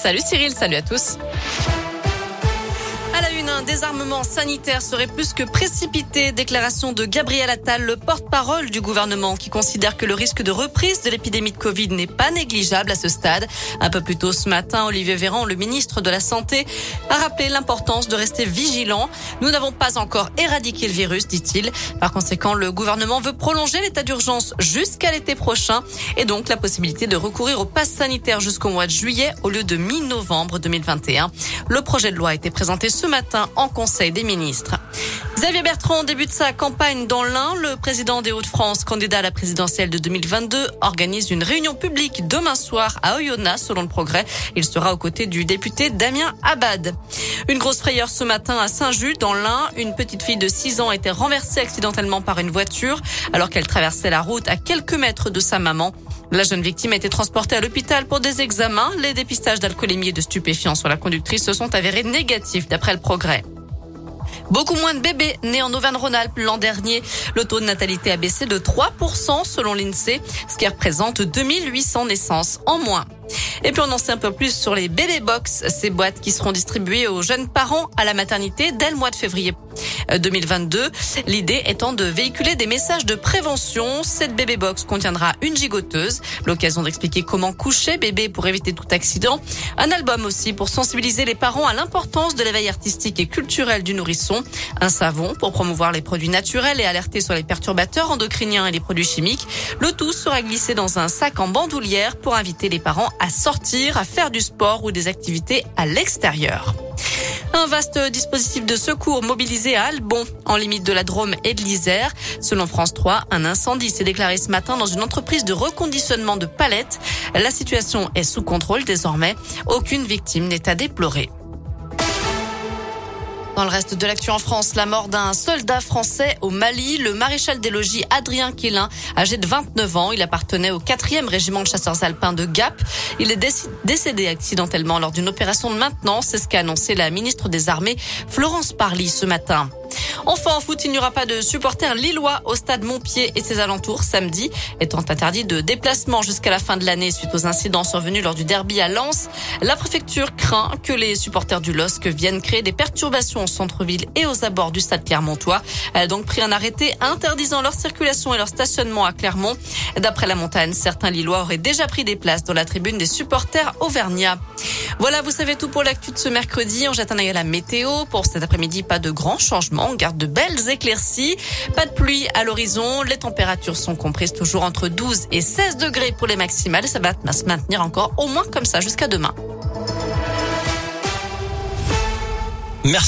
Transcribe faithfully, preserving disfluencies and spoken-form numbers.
Salut Cyril, salut à tous. À la une, un désarmement sanitaire serait plus que précipité. Déclaration de Gabriel Attal, le porte-parole du gouvernement, qui considère que le risque de reprise de l'épidémie de Covid n'est pas négligeable à ce stade. Un peu plus tôt ce matin, Olivier Véran, le ministre de la Santé, a rappelé l'importance de rester vigilant. Nous n'avons pas encore éradiqué le virus, dit-il. Par conséquent, le gouvernement veut prolonger l'état d'urgence jusqu'à l'été prochain et donc la possibilité de recourir au pass sanitaire jusqu'au mois de juillet au lieu de mi-novembre deux mille vingt et un. Le projet de loi a été présenté ce matin en Conseil des ministres. Xavier Bertrand débute sa campagne dans l'Ain. Le président des Hauts-de-France, candidat à la présidentielle de deux mille vingt-deux, organise une réunion publique demain soir à Oyonnax, selon le Progrès. Il sera aux côtés du député Damien Abad. Une grosse frayeur ce matin à Saint-Just, dans l'Ain. Une petite fille de six ans a été renversée accidentellement par une voiture alors qu'elle traversait la route à quelques mètres de sa maman. La jeune victime a été transportée à l'hôpital pour des examens. Les dépistages d'alcoolémie et de stupéfiants sur la conductrice se sont avérés négatifs d'après le Progrès. Beaucoup moins de bébés nés en Auvergne-Rhône-Alpes l'an dernier. Le taux de natalité a baissé de trois pour cent selon l'INSEE, ce qui représente deux mille huit cents naissances en moins. Et puis on en sait un peu plus sur les bébé box, ces boîtes qui seront distribuées aux jeunes parents à la maternité dès le mois de février deux mille vingt-deux. L'idée étant de véhiculer des messages de prévention. Cette bébé box contiendra une gigoteuse, l'occasion d'expliquer comment coucher bébé pour éviter tout accident. Un album aussi pour sensibiliser les parents à l'importance de l'éveil artistique et culturel du nourrisson. Un savon pour promouvoir les produits naturels et alerter sur les perturbateurs endocriniens et les produits chimiques. Le tout sera glissé dans un sac en bandoulière pour inviter les parents à sortir, à faire du sport ou des activités à l'extérieur. Un vaste dispositif de secours mobilisé à Albon, en limite de la Drôme et de l'Isère. Selon France trois, un incendie s'est déclaré ce matin dans une entreprise de reconditionnement de palettes. La situation est sous contrôle désormais. Aucune victime n'est à déplorer. Dans le reste de l'actu en France, la mort d'un soldat français au Mali, le maréchal des logis Adrien Quélin, âgé de vingt-neuf ans. Il appartenait au quatrième régiment de chasseurs alpins de Gap. Il est décédé accidentellement lors d'une opération de maintenance. C'est ce qu'a annoncé la ministre des Armées, Florence Parly, ce matin. Enfin, en foot, il n'y aura pas de supporters lillois au stade Montpied et ses alentours samedi, étant interdit de déplacement jusqu'à la fin de l'année suite aux incidents survenus lors du derby à Lens. La préfecture craint que les supporters du L O S C viennent créer des perturbations au centre-ville et aux abords du stade clermontois. Elle a donc pris un arrêté interdisant leur circulation et leur stationnement à Clermont. D'après la montagne, certains Lillois auraient déjà pris des places dans la tribune des supporters auvergnats. Voilà, vous savez tout pour l'actu de ce mercredi. On jette un œil à la météo. Pour cet après-midi, pas de grands changements. On garde de belles éclaircies. Pas de pluie à l'horizon. Les températures sont comprises toujours entre douze et seize degrés pour les maximales. Ça va se maintenir encore au moins comme ça jusqu'à demain.